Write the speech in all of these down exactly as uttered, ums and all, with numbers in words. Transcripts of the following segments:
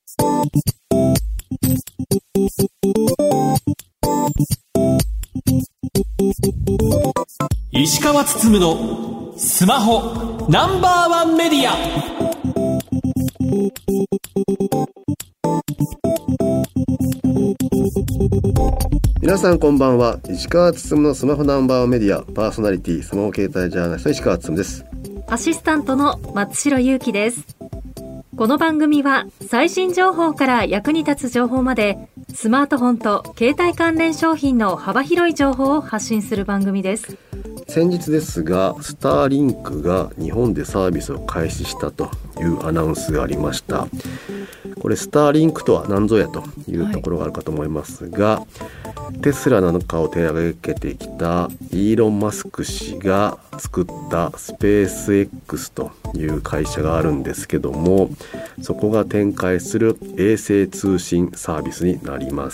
石川つつむのスマホナンバーワンメディア。 皆さんこんばんは。石川つつむのスマホナンバーワンメディアパーソナリティスマホ携帯ジャーナリスト石川つつむです。 アシスタントの松代ゆうきです。この番組は最新情報から役に立つ情報までスマートフォンと携帯関連商品の幅広い情報を発信する番組です。 先日ですがスターリンクが日本でサービスを開始したというアナウンスがありました。これスターリンクとは何ぞやというところがあるかと思いますが、はい、テスラなんかを手掛けてきたイーロン・マスク氏が作ったスペース X という会社があるんですけども、そこが展開する衛星通信サービスになります。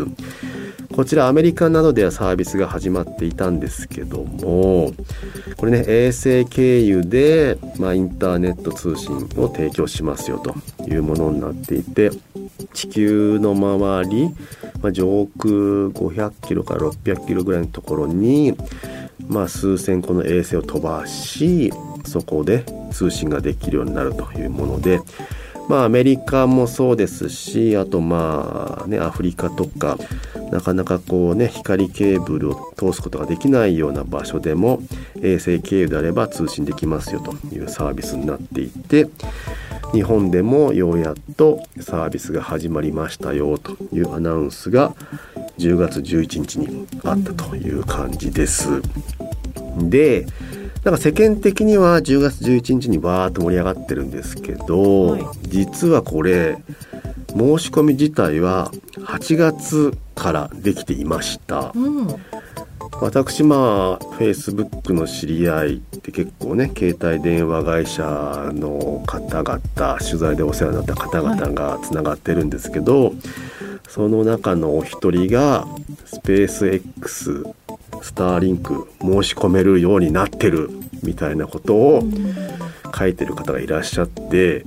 こちらアメリカなどではサービスが始まっていたんですけども、これね衛星経由で、まあ、インターネット通信を提供しますよというものになっていて、地球の周り、まあ、上空ごひゃくキロからろっぴゃくキロぐらいのところに、まあ、数千個の衛星を飛ばし、そこで通信ができるようになるというもので、まあ、アメリカもそうですし、あとまあねアフリカとかなかなかこうね光ケーブルを通すことができないような場所でも衛星経由であれば通信できますよというサービスになっていて、日本でもようやっとサービスが始まりましたよというアナウンスがじゅうがつじゅういちにちにあったという感じです。でなんか世間的にはじゅうがつじゅういちにちにバーッと盛り上がってるんですけど、はい、実はこれ申し込み自体ははちがつからできていました、うん、私まあ Facebook の知り合いって結構ね携帯電話会社の方々、取材でお世話になった方々がつながってるんですけど、はい、その中のお一人がスペース Xスターリンク申し込めるようになってるみたいなことを書いてる方がいらっしゃって、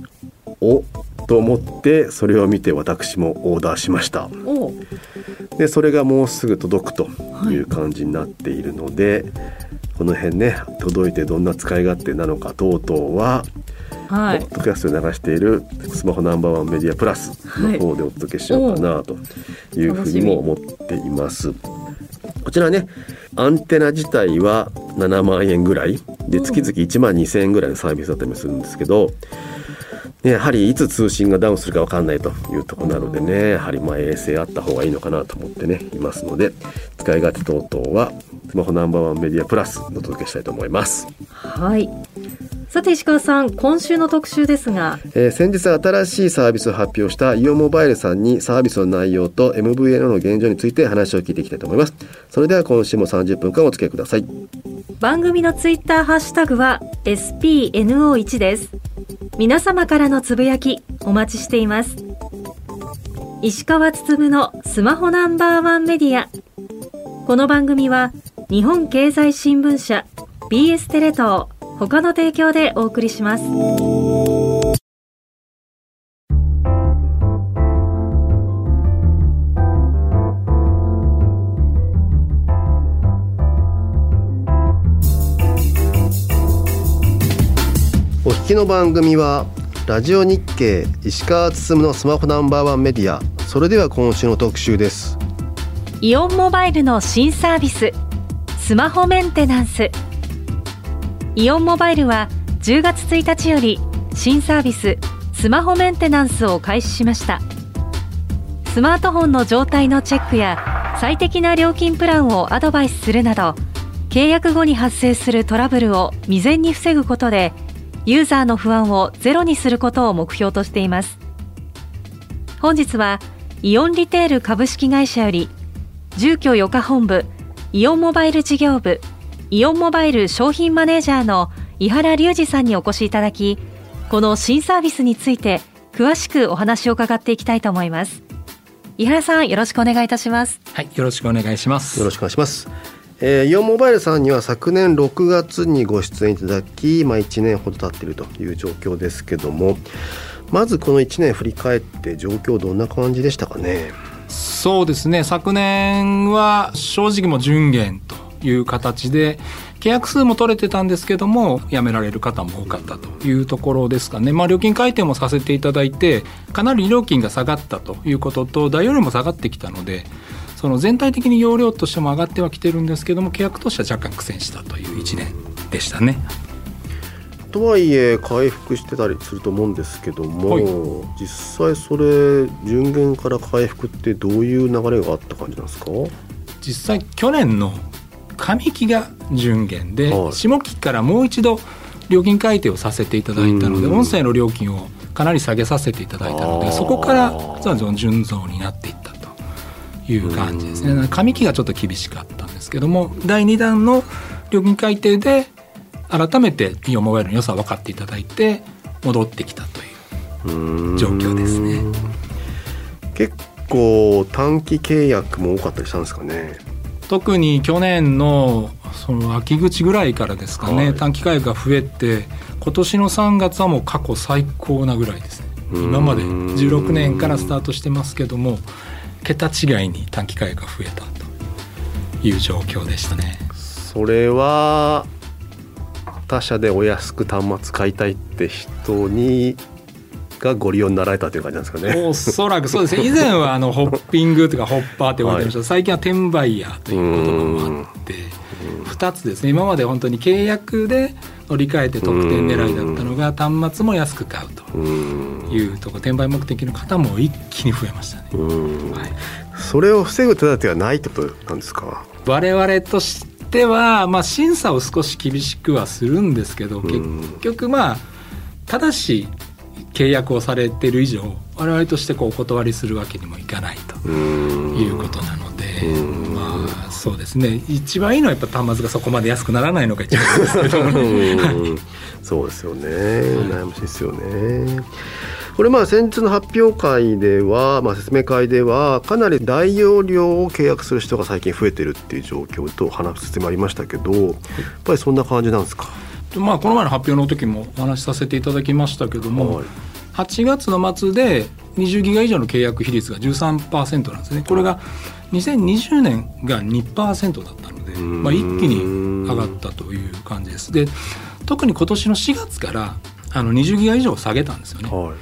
おと思ってそれを見て私もオーダーしました。でそれがもうすぐ届くという感じになっているので、はい、この辺ね届いてどんな使い勝手なのか等々は、はい、ポッドキャストで流しているスマホナンバーワンメディアプラスの方でお届けしようかなというふうにも思っています。こちらねアンテナ自体はななまんえんぐらいで月々いちまんにせんえんぐらいのサービスだったりもするんですけど、ね、やはりいつ通信がダウンするか分かんないというところなのでね、やはりまあ衛星あった方がいいのかなと思ってねいますので、使い勝手等々はスマホナンバーワンメディアプラスお届けしたいと思います。 はい。さて石川さん、今週の特集ですが、 えー、先日新しいサービスを発表したイオンモバイルさんにサービスの内容と エムブイエヌオー の現状について話を聞いていきたいと思います。それでは今週もさんじゅっぷんかんお付き合いください。 番組のツイッターハッシュタグは エスピーエヌオーワン です。皆様からのつぶやきお待ちしています。石川つつむのスマホナンバーワンメディア。この番組は日本経済新聞社 ビーエス テレ東他の提供でお送りします。 お聞きの番組はラジオ日経石川つつむのスマホナンバーワンメディア。それでは今週の特集です。 イオンモバイルの新サービススマホメンテナンス。イオンモバイルはじゅうがつついたちより新サービススマホメンテナンスを開始しました。スマートフォンの状態のチェックや最適な料金プランをアドバイスするなど、契約後に発生するトラブルを未然に防ぐことでユーザーの不安をゼロにすることを目標としています。本日はイオンリテール株式会社より住居余暇本部イオンモバイル事業部イオンモバイル商品マネージャーの井原隆二さんにお越しいただき、この新サービスについて詳しくお話を伺っていきたいと思います。井原さん、よろしくお願いいたします。 はい、よろしくお願いします。 よろしくお願いします。えー、イオンモバイルさんには昨年ろくがつにご出演いただき、まあ、いちねんほど経っているという状況ですけども、 まずこのいちねん振り返って状況どんな感じでしたかね。 そうですね、昨年は正直も順減という形で契約数も取れてたんですけども辞められる方も多かったというところですかね。まあ、料金改定もさせていただいてかなり料金が下がったということと大容量も下がってきたのでその全体的に容量としても上がってはきてるんですけども契約としては若干苦戦したといういちねんでしたね。 とはいえ回復してたりすると思うんですけども、はい、実際それ順減から回復ってどういう流れがあった感じなんですか。 実際去年の上期が順減で、はい、下期からもう一度料金改定をさせていただいたので音声の料金をかなり下げさせていただいたのでそこから順増になっていったという感じですね。上期がちょっと厳しかったんですけどもだいにだんの料金改定で改めてイオンモバイルの良さを分かっていただいて戻ってきたという状況ですね。 結構短期契約も多かったりしたんですかね。 特に去年のその秋口ぐらいからですかね、はい、短期契約が増えて今年のさんがつはもう過去最高なぐらいですね。今までじゅうろくねんからスタートしてますけども桁違いに短期契約が増えたという状況でしたね。 それは他社でお安く端末買いたいって人にがご利用になられたという感じなんですかね。 おそらくそうですね。以前はあのホッピングというかホッパーって言われてました、はい、最近は転売ヤーという言葉もあってふたつですね。今まで本当に契約で乗り換えて特典狙いだったのが端末も安く買うというところ転売目的の方も一気に増えましたね。 はい、それを防ぐ手立てはないってことなんですか。 我々としてでは、まあ、審査を少し厳しくはするんですけど結局まあただし契約をされている以上我々としてこうお断りするわけにもいかないということなのでまあそうですね一番いいのはやっぱ端末がそこまで安くならないのが一番いいですけど、ね、 そうですよね、悩ましいですよね。これまあ先日の発表会では、まあ、説明会ではかなり大容量を契約する人が最近増えてるっていう状況と話す説明ありましたけど、やっぱりそんな感じなんですか。 まあ、この前の発表の時もお話しさせていただきましたけども、はい、はちがつの末でにじゅうギガ以上の契約比率が じゅうさんパーセント なんですね。これがにせんにじゅうねんが にパーセント だったので、まあ、一気に上がったという感じです。で特に今年のしがつからあのにじゅうギガ以上下げたんですよね。はい、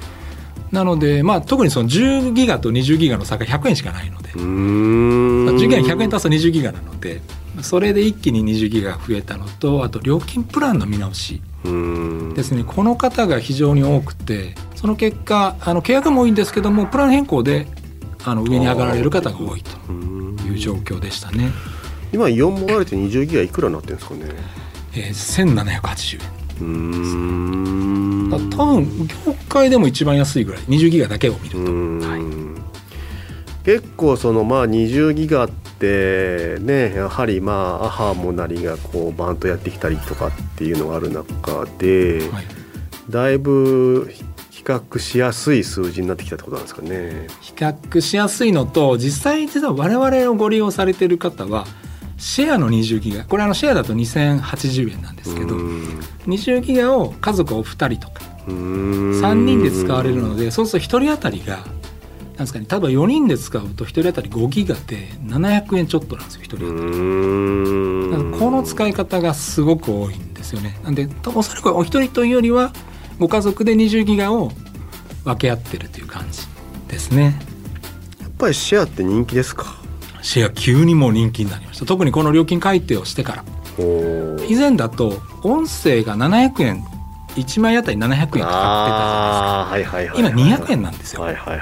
なので、まあ、特にそのじゅうギガとにじゅうギガの差がひゃくえんしかないのでうーんじゅうギガにひゃくえん足すとにじゅうギガなのでそれで一気ににじゅうギガが増えたのとあと料金プランの見直しですね。この方が非常に多くてその結果あの契約も多いんですけどもプラン変更であの上に上がられる方が多いという状況でしたね。 今イオンモバイルってにじゅうギガいくらになってるんですかね。 えー、せんななひゃくはちじゅうえん。 うーん多分業界でも一番安いぐらいにじゅうギガだけを見ると、はい、 結構そのまあにじゅうギガってねやはりまあアハモなりがこうバンとやってきたりとかっていうのがある中で、はい、だいぶ比較しやすい数字になってきたってことなんですかね。 比較しやすいのと実際実は我々をご利用されている方はシェアのにじゅうギガこれあのシェアだとにせんはちじゅうえんなんですけどにじゅうギガを家族お二人とかさんにんで使われるのでそうするとひとり当たりがなんですかね、例えばよにんで使うとひとり当たりごギガでななひゃくえんちょっとなんですよひとり当たり。この使い方がすごく多いんですよね。なんでおそらくお一人というよりはご家族でにじゅうギガを分け合ってるという感じですね。 やっぱりシェアって人気ですか。 シェア急にもう人気になりました。特にこの料金改定をしてから以前だと音声がななひゃくえんいちまいあたりななひゃくえんかかってたじゃないですか。今にひゃくえんなんですよ。はいはいはい、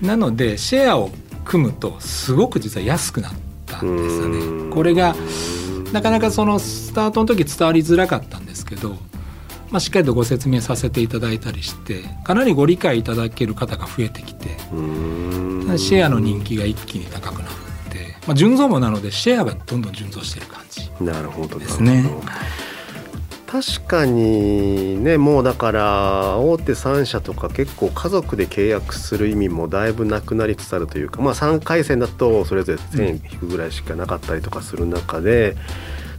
なのでシェアを組むとすごく実は安くなったんですよね。これがなかなかそのスタートの時伝わりづらかったんですけど、まあ、しっかりとご説明させていただいたりしてかなりご理解いただける方が増えてきてシェアの人気が一気に高くなって、まあ、純増もなのでシェアがどんどん純増している感じですね。 確かにねもうだから大手さん社とか結構家族で契約する意味もだいぶなくなりつつあるというか、まあ、さんかいせんだとそれぞれせんえん引くぐらいしかなかったりとかする中で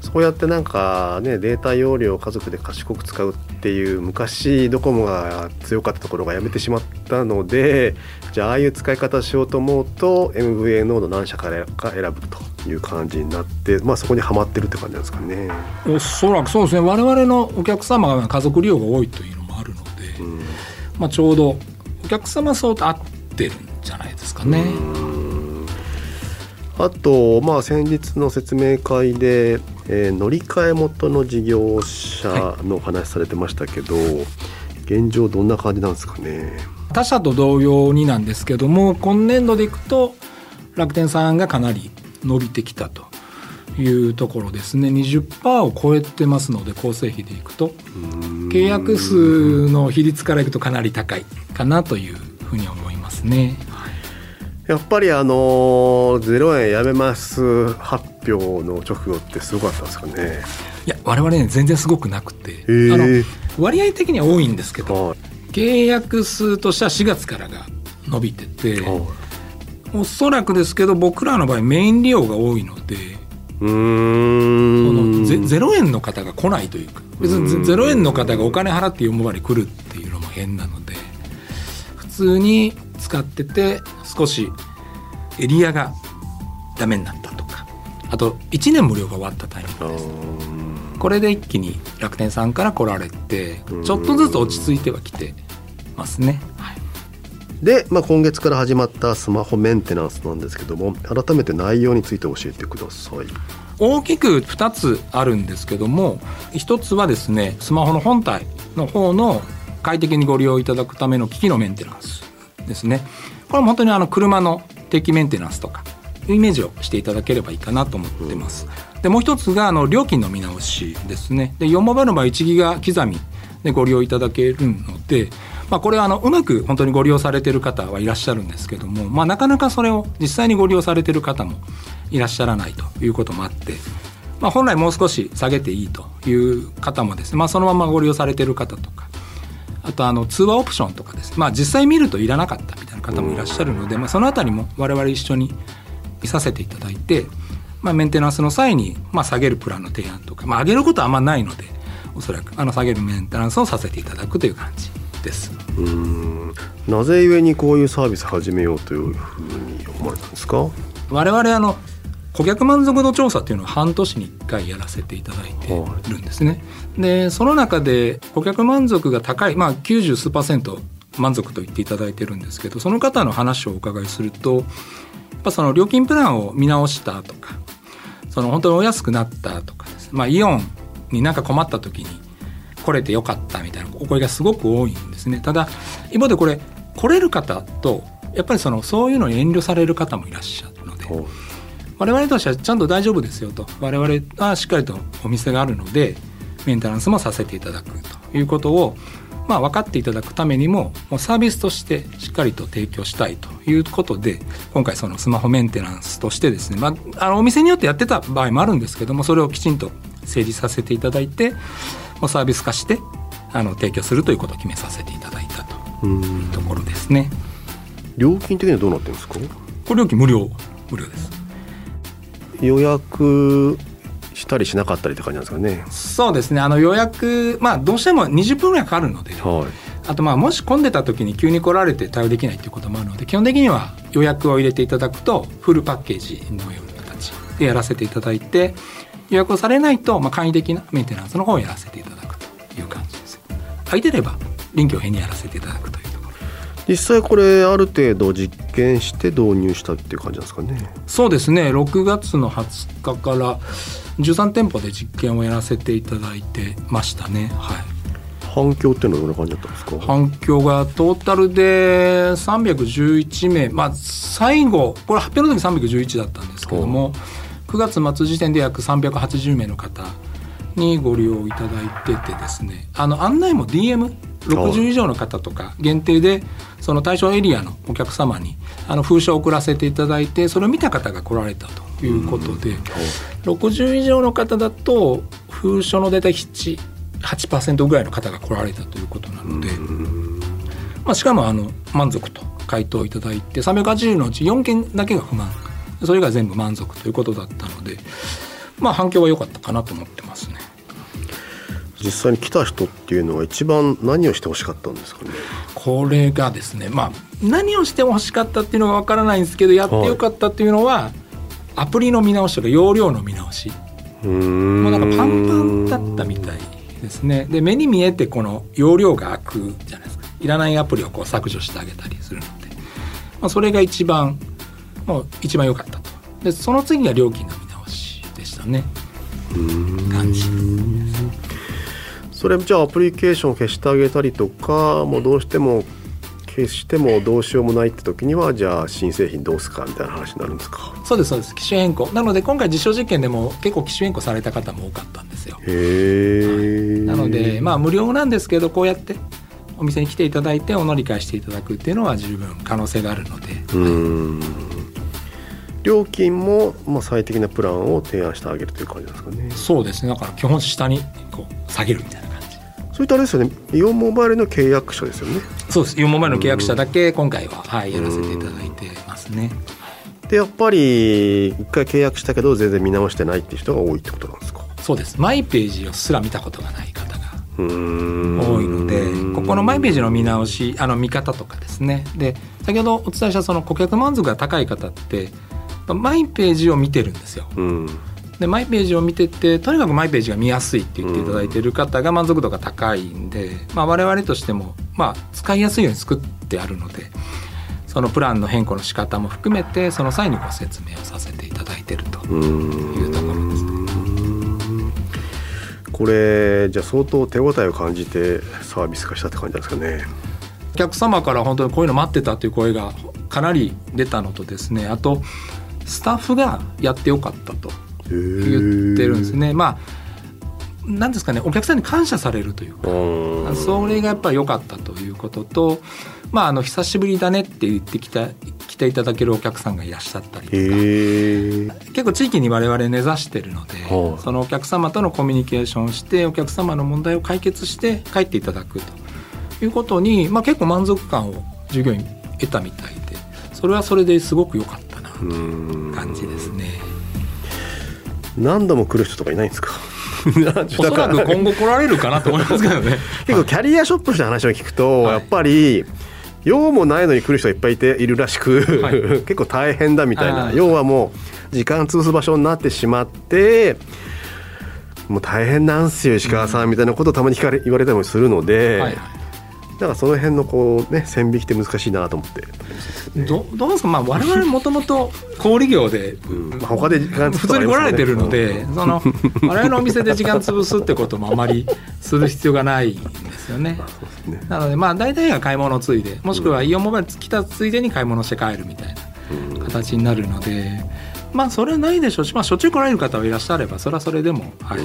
そうやってなんかねデータ容量を家族で賢く使うっていう昔ドコモが強かったところがやめてしまったので、じゃあああいう使い方しようと思うと エムブイエー ノード何社か選ぶという感じになって、まあ、そこにはまってるって感じなんですかね。 おそらくそうですね。我々のお客様が家族利用が多いというのもあるので、うん、まあ、ちょうどお客様層と合ってるんじゃないですかね。 うんあと、まあ、先日の説明会で、えー、乗り換え元の事業者のお話されてましたけど、はい、現状どんな感じなんですかね。 他社と同様になんですけども、今年度でいくと楽天さんがかなり伸びてきたというところですね。 にじゅっパーセント を超えてますので、構成比でいくと契約数の比率からいくとかなり高いかなというふうに思いますね。 やっぱりあのゼロえんやめます発表の直後ってすごかったですかね。 いや我々ね全然すごくなくて、あの割合的には多いんですけど、はい、契約数としてはしがつからが伸びてて、はい、おそらくですけど僕らの場合メイン利用が多いので、うーんそのゼロえんの方が来ないというか、別にゼロえんの方がお金払ってよんモバイル来るっていうのも変なので、普通に使ってて少しエリアがダメになったとか、あといちねん無料が終わったタイミングです。これで一気に楽天さんから来られてちょっとずつ落ち着いてはきてますね。はい、 で、まあ、今月から始まったスマホメンテナンスなんですけども、改めて内容について教えてください。 大きくふたつあるんですけども、ひとつはですね、スマホの本体の方の快適にご利用いただくための機器のメンテナンスですね。これも本当にあの車の定期メンテナンスとかイメージをしていただければいいかなと思ってます。でもう一つがあの料金の見直しですね。でよんモバイルの場合いちギガ刻みでご利用いただけるので、まあ、これはあのうまく本当にご利用されている方はいらっしゃるんですけども、まあ、なかなかそれを実際にご利用されている方もいらっしゃらないということもあって、まあ、本来もう少し下げていいという方もですね、まあ、そのままご利用されている方とか、あとあの通話オプションとかですね、まあ、実際見るといらなかったみたいな方もいらっしゃるので、まあ、そのあたりも我々一緒に見させていただいて、まあ、メンテナンスの際にまあ下げるプランの提案とか、まあ、上げることはあんまないので、おそらくあの下げるメンテナンスをさせていただくという感じです。 うーんなぜゆえにこういうサービス始めようというふうに思われたんですか。 我々あの顧客満足度調査というのを半年にいっかいやらせていただいてるんですね。でその中で顧客満足が高い、まあ、きゅうじゅうすうパーセント満足と言っていただいてるんですけど、その方の話をお伺いすると、やっぱその料金プランを見直したとか、その本当にお安くなったとかですね、まあ、イオンになんか困った時に来れてよかったみたいなお声がすごく多いんですね。ただ一方でこれ来れる方とやっぱりそのそういうのに遠慮される方もいらっしゃるので、我々としてはちゃんと大丈夫ですよと、我々はしっかりとお店があるのでメンテナンスもさせていただくということを、まあ、分かっていただくためにも、もうサービスとしてしっかりと提供したいということで、今回そのスマホメンテナンスとしてですね、まあ、あのお店によってやってた場合もあるんですけども、それをきちんと整理させていただいて、もうサービス化してあの提供するということを決めさせていただいたというところですね。 料金的にはどうなってるんですか。 これ料金無料無料です。 予約したりしなかったりって感じなんですかね。 そうですね、あの予約、まあ、どうしてもにじゅっぷんぐらいかかるので、はい、あとまあもし混んでた時に急に来られて対応できないということもあるので、基本的には予約を入れていただくとフルパッケージのような形でやらせていただいて、予約をされないと、まあ、簡易的なメンテナンスの方をやらせていただくという感じです。空いてれば臨機応変にやらせていただくというところ。 実際これある程度実験して導入したっていう感じなんですかね。 そうですね、ろくがつのはつかからじゅうさんてんぽで実験をやらせていただいてましたね。はい、 反響っていうのはどんな感じだったんですか。 反響がトータルでさんびゃくじゅういちめい、まあ、最後これ発表の時さんびゃくじゅういちだったんですけども、くがつまつ時点で約さんびゃくはちじゅうめいの方にご利用いただいててですね、あの案内も ディーエムろくじゅう 以上の方とか限定でその対象エリアのお客様にあの封書を送らせていただいて、それを見た方が来られたということで、ろくじゅう以上の方だと封書の大体なな、はちパーセントぐらいの方が来られたということなので、まあ、しかもあの満足と回答いただいて、さんびゃくはちじゅうのうちよんけんだけが不満、それが全部満足ということだったので、 まあ反響は良かったかなと思ってますね。 実際に来た人っていうのは一番何をしてほしかったんですかね。 これがですね、まあ何をしてほしかったっていうのが分からないんですけど、やってよかったっていうのは、はい、アプリの見直しとか容量の見直し、うーんもうなんかパンパンだったみたいですね。で目に見えてこの容量が空くじゃないですか。いらないアプリをこう削除してあげたりするので、まあ、それが一番もう一番良かったと。でその次が料金の見直しでしたね。うーん感じ。 それじゃあアプリケーションを消してあげたりとか、もうどうしても消してもどうしようもないって時には、じゃあ新製品どうすかみたいな話になるんですか。 そうですそうです。機種変更なので、今回実証実験でも結構機種変更された方も多かったんですよ。 へー、 はい、なのでまあ無料なんですけど、こうやってお店に来ていただいてお乗り換えしていただくっていうのは十分可能性があるので、うーん、 はい、料金もまあ最適なプランを提案してあげるという感じですかね。 そうですね。だから基本下にこう下げるみたいな感じ。 そういったあれですよね、イオンモバイルの契約者ですよね。 そうです。イオンモバイルの契約者だけ今回は、はい、やらせていただいてますね。 でやっぱり一回契約したけど全然見直してないっていう人が多いってことなんですか。 そうです。マイページをすら見たことがない方が多いので、ここのマイページの見直し、あの見方とかですね。で先ほどお伝えしたその顧客満足が高い方ってマイページを見てるんですよ。うん、でマイページを見てて、とにかくマイページが見やすいって言っていただいている方が満足度が高いんで、まあ、我々としても、まあ、使いやすいように作ってあるので、そのプランの変更の仕方も含めてその際にご説明をさせていただいているというところですね。 これじゃあ相当手応えを感じてサービス化したって感じなんですかね。 お客様から本当にこういうの待ってたという声がかなり出たのとですね、あとスタッフがやってよかったと言ってるんですね。まあなんですかね、お客さんに感謝されるというか、それがやっぱり良かったということと、まあ、あの久しぶりだねって言ってきた来ていただけるお客さんがいらっしゃったりとか、結構地域に我々根ざしてるので、そのお客様とのコミュニケーションをしてお客様の問題を解決して帰っていただくということに、まあ、結構満足感を従業員得たみたいで、それはそれですごく良かったなという感じですね。 何度も来る人とかいないんですか。 おそらく今後来られるかなと思いますけどね。 結構キャリアショップの話を聞くと、はい、やっぱり用もないのに来る人がいっぱいいているらしく、はい、結構大変だみたいな、要はもう時間潰す場所になってしまって、もう大変なんすよ石川さんみたいなことをたまに聞かれ言われたりもするので、はいはい、だからその辺のこう、ね、線引きって難しいなと思って、ね、 ど, どうですか、まあ、我々もともと小売業で、 うんまあ、他で時間潰す普通に来られてるので、うん、その我々のお店で時間潰すってこともあまりする必要がないんですよね。ね、なのでまあ大体が買い物ついで、もしくはイオンモバイル来たついでに買い物して帰るみたいな形になるので、まあそれはないでしょうし、まあ、しょっちゅう来られる方がいらっしゃればそれはそれでも、はい、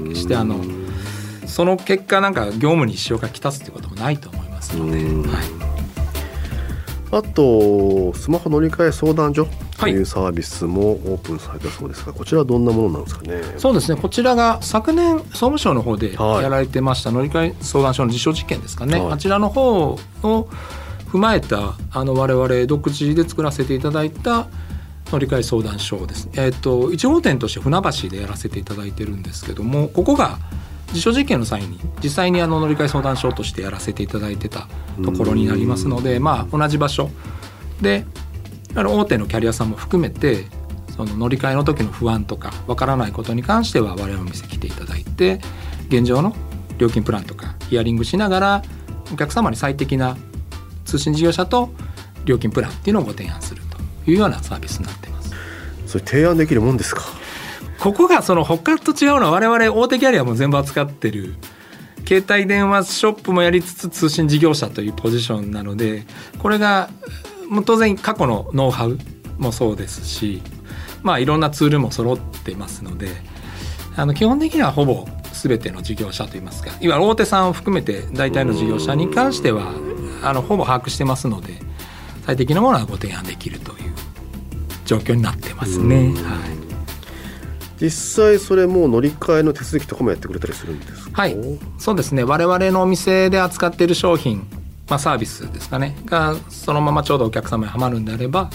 決してあのその結果なんか業務に支障がきたすってこともないと思いますので、はい、 あとスマホ乗り換え相談所というサービスもオープンされたそうですが、はい、こちらはどんなものなんですかね。 そうですね、こちらが昨年総務省の方でやられてました乗り換え相談所の実証実験ですかね、はい、あちらの方を踏まえたあの我々独自で作らせていただいた乗り換え相談所です、えー、といち号店として船橋でやらせていただいてるんですけども、ここが実証実験の際に実際にあの乗り換え相談所としてやらせていただいてたところになりますので、まあ、同じ場所であの大手のキャリアさんも含めてその乗り換えの時の不安とかわからないことに関しては我々の店来ていただいて、現状の料金プランとかヒアリングしながらお客様に最適な通信事業者と料金プランっていうのをご提案するというようなサービスになっています。 それ提案できるもんですか。 ここがその他と違うのは、我々大手キャリアも全部扱ってる携帯電話ショップもやりつつ通信事業者というポジションなので、これがもう当然過去のノウハウもそうですし、まあいろんなツールも揃ってますので、あの基本的にはほぼ全ての事業者といいますか、いわゆる大手さんを含めて大体の事業者に関してはあのほぼ把握してますので、最適なものはご提案できるという状況になってますね。はい、 実際それも乗り換えの手続きとかもやってくれたりするんですか。 はい、そうですね、我々のお店で扱っている商品、まあ、サービスですかねがそのままちょうどお客様にはまるんであれば、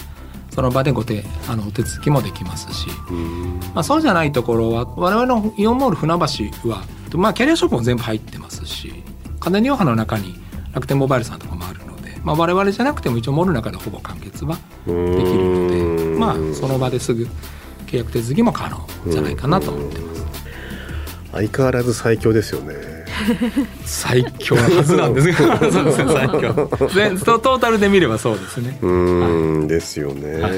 その場でごてあのお手続きもできますし、まあ、そうじゃないところは我々のイオンモール船橋は、まあ、キャリアショップも全部入ってますし、家電量販の中に楽天モバイルさんとかもあるので、まあ、我々じゃなくても一応モールの中でほぼ完結はできるので、まあ、その場ですぐ契約手続きも可能じゃないかなと思ってます。 相変わらず最強ですよね。 最強なはずなんですがそうですね、最強全トータルで見ればそうですね。 うーん、はい、ですよね、はい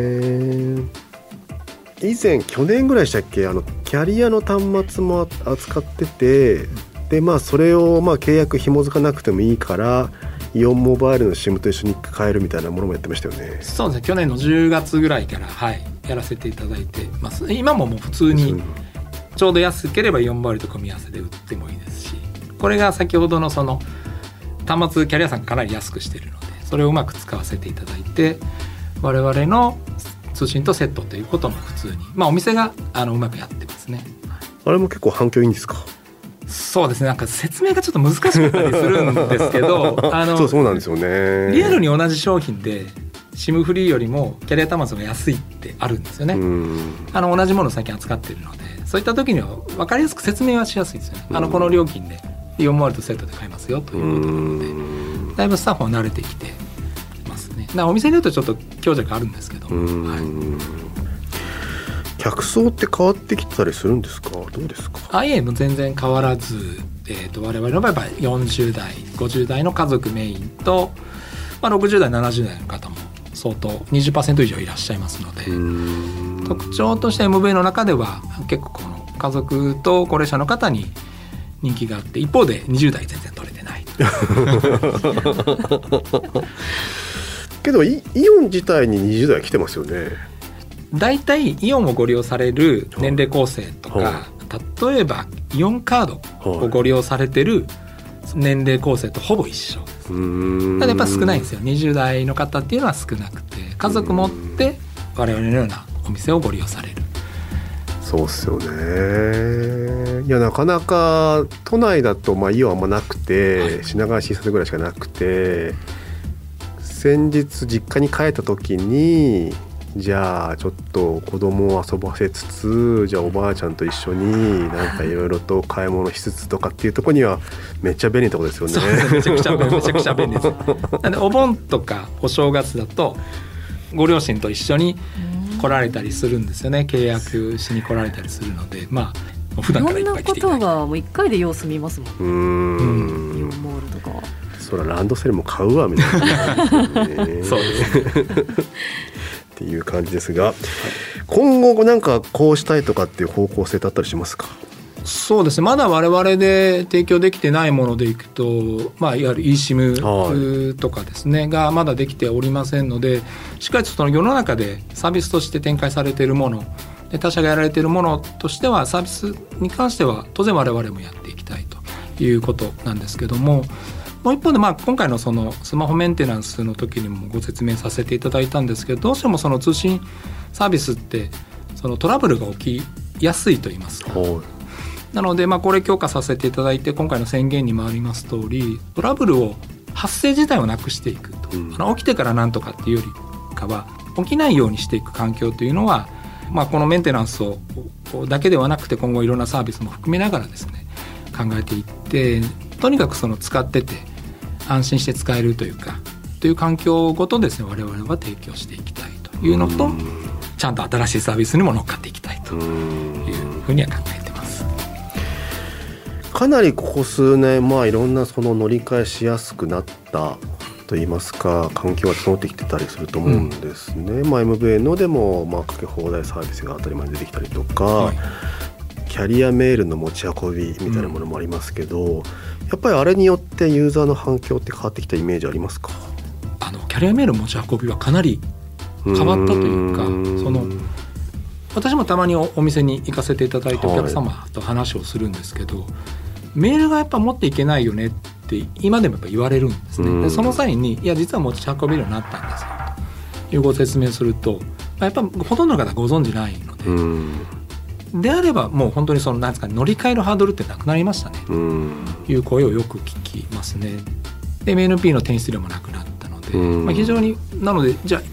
、以前去年ぐらいでしたっけ、あのキャリアの端末も扱ってて、で、まあ、それをまあ契約紐づかなくてもいいからイオンモバイルの シム と一緒に買えるみたいなものもやってましたよね。 そうですね、去年のじゅうがつぐらいから、はい、やらせていただいてます。今ももう普通にちょうど安ければイオンモバイルと組み合わせで売ってもいいですし、これが先ほどのその端末キャリアさんかなり安くしているので、それをうまく使わせていただいて、我々の通信とセットということも普通に、まあ、お店があのうまくやってますね。 あれも結構反響いいんですか？ そうですね、なんか説明がちょっと難しかったりするんですけどあのそうそうなんですよね。 リアルに同じ商品で シム フリーよりもキャリア端末が安いってあるんですよね。あの同じものを最近扱っているので、そういった時には分かりやすく説明はしやすいですよね。あのこの料金でイオンモバイルとセットで買いますよということなので、だいぶスタッフは慣れてきてますね。だからお店によるとちょっと強弱あるんですけど、はい、 客層って変わってきたりするんですか？どうですか？ あいえ、もう全然変わらず、えー、と我々の場合はよんじゅう代ごじゅう代の家族メインと、まあ、ろくじゅう代ななじゅう代の方も相当 にじゅっパーセント 以上いらっしゃいますので、特徴として エムブイ の中では結構この家族と高齢者の方に人気があって、一方でにじゅう代全然取れてないけど イ, イオン自体ににじゅう代来てますよね。 だいたいイオンをご利用される年齢構成とか、はい、例えばイオンカードをご利用されてる年齢構成とほぼ一緒です。ただやっぱ少ないんですよ。にじゅう代の方っていうのは少なくて、家族持って我々のようなお店をご利用される。 そうっすよね。いや、なかなか都内だとまあイオンあんまなくて、はい、品川新札ぐらいしかなくて、先日実家に帰った時に、じゃあちょっと子供を遊ばせつつ、じゃあおばあちゃんと一緒になんかいろいろと買い物しつつとかっていうところにはめっちゃ便利なところですよね。 そうですね、めちゃくちゃ便利、めちゃくちゃ便利です。なんでお盆とかお正月だとご両親と一緒に来られたりするんですよね。契約しに来られたりするので、まあ普段からいっぱい来ていただいて、 いろんなことがもういっかいで様子見ますもんね。うーん、イオンモールとかはそらランドセルも買うわみたいな、ね、そうですっていう感じですが、はい、今後なんかこうしたいとかっていう方向性だったりしますか？ そうですね、まだ我々で提供できてないものでいくと、まあ、いわゆる eSIM とかですね、はい、がまだできておりませんので、しっかりとその世の中でサービスとして展開されているもので、他社がやられているものとしてはサービスに関しては当然我々もやっていきたいということなんですけども、もう一方で、まあ、今回のそのスマホメンテナンスの時にもご説明させていただいたんですけど、どうしてもその通信サービスってそのトラブルが起きやすいと言いますか、はい、なので、まあ、これ強化させていただいて、今回の宣言にもあります通り、トラブルを発生自体をなくしていくと、うん、あの起きてからなんとかっていうよりかは起きないようにしていく環境というのは、まあ、このメンテナンスをだけではなくて、今後いろんなサービスも含めながらですね考えていって、とにかくその使ってて安心して使えるというかという環境ごとですね、我々は提供していきたいというのと、うん、ちゃんと新しいサービスにも乗っかっていきたいというふうには考えています。 かなりここ数年、まあ、いろんなその乗り換えしやすくなったといいますか、環境が整ってきてたりすると思うんですね、うん、まあ、エムブイ のでも、まあ、かけ放題サービスが当たり前に出てきたりとか、はい、キャリアメールの持ち運びみたいなものもありますけど、うん、やっぱりあれによってユーザーの反響って変わってきたイメージありますか？ あのキャリアメール持ち運びはかなり変わったというか、その私もたまに お, お店に行かせていただいてお客様と話をするんですけど、はい、メールがやっぱ持っていけないよねって今でもやっぱ言われるんですね。でその際に、いや実は持ち運べるようになったんですよというご説明すると、やっぱほとんどの方ご存じないので、うんであればもう本当にそのなんですか、乗り換えるハードルってなくなりましたねという声をよく聞きますね。で エムエヌピー の転出量もなくなったので、まあ、非常になので、じゃあ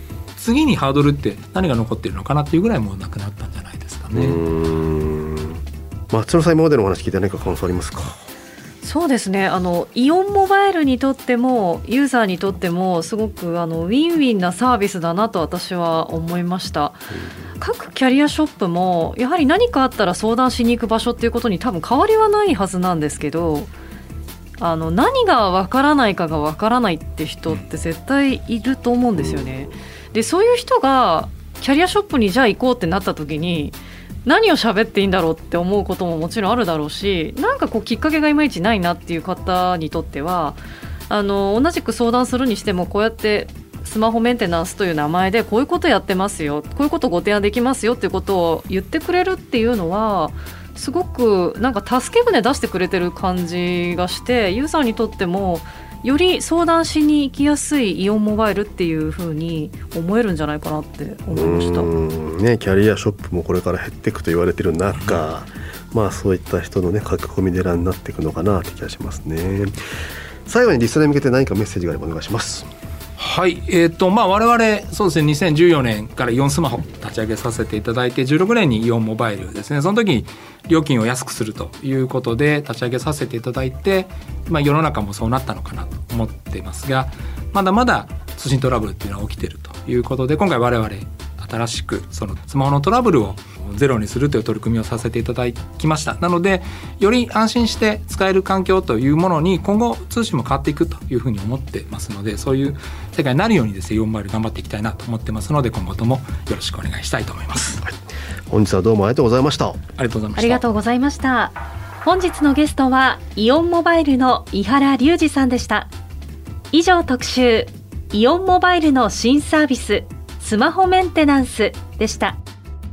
次にハードルって何が残っているのかなっていうぐらいもうなくなったんじゃないですかね。うーん、松野さん今までのお話聞いて何か感想ありますか？ そうですね、あのイオンモバイルにとってもユーザーにとってもすごくあのウィンウィンなサービスだなと私は思いました。各キャリアショップもやはり何かあったら相談しに行く場所っていうことに多分変わりはないはずなんですけど、あの何がわからないかがわからないって人って絶対いると思うんですよね。でそういう人がキャリアショップにじゃあ行こうってなった時に何を喋っていいんだろうって思うことももちろんあるだろうし、なんかこうきっかけがいまいちないなっていう方にとってはあの同じく相談するにしてもこうやってスマホメンテナンスという名前でこういうことやってますよ、こういうことご提案できますよっていうことを言ってくれるっていうのはすごくなんか助け舟出してくれてる感じがして、ユーザーにとってもより相談しに行きやすいイオンモバイルっていう風に思えるんじゃないかなって思いました。 うーん、ね、キャリアショップもこれから減っていくと言われている中、まあそういった人のね書き込み寺になっていくのかなって気がしますね。最後にリスナーに向けて何かメッセージがあればお願いします。 はい、えーとまあ、我々そうですね、にせんじゅうよねんからイオンスマホ立ち上げさせていただいてじゅうろくねんにイオンモバイルですね、その時に料金を安くするということで立ち上げさせていただいて、まあ、世の中もそうなったのかなと思っていますが、まだまだ通信トラブルっていうのは起きているということで、今回我々新しくそのスマホのトラブルをゼロにするという取り組みをさせていただきました。なのでより安心して使える環境というものに今後通信も変わっていくというふうに思ってますので、そういう世界になるようにですねイオンモバイル頑張っていきたいなと思ってますので、今後ともよろしくお願いしたいと思います、はい、 本日はどうもありがとうございました。 ありがとうございました。 ありがとうございました。本日のゲストはイオンモバイルの井原隆二さんでした。以上特集イオンモバイルの新サービススマホメンテナンスでした。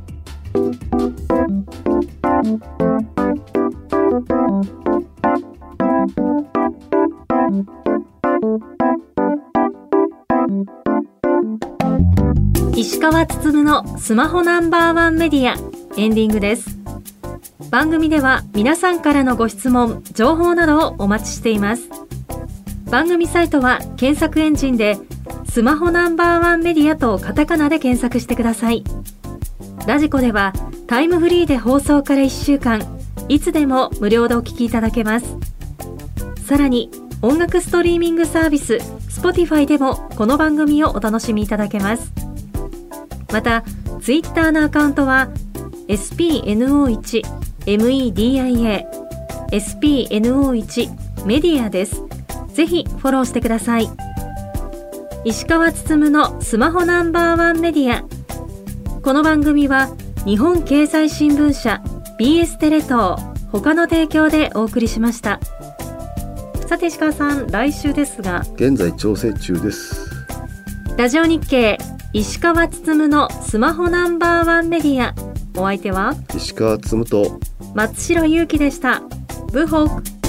石川つつむのスマホナンバーワンメディアエンディングです。番組では皆さんからのご質問情報などをお待ちしています。番組サイトは検索エンジンでスマホナンバーワンメディアとカタカナで検索してください。ラジコではタイムフリーで放送からいっしゅうかんいつでも無料でお聞きいただけます。さらに音楽ストリーミングサービス Spotify でもこの番組をお楽しみいただけます。またツイッターのアカウントは エスピーエヌオーワン メディア エスピーエヌオーワン メディアです。ぜひフォローしてください。石川つつむのスマホナンバーワンメディア。この番組は日本経済新聞社 ビーエス テレ東他の提供でお送りしました。さて石川さん、来週ですが現在調整中です。 ラジオ日経石川つつむのスマホナンバーワンメディア、お相手は石川つつむと松代ゆうきでした。ブホック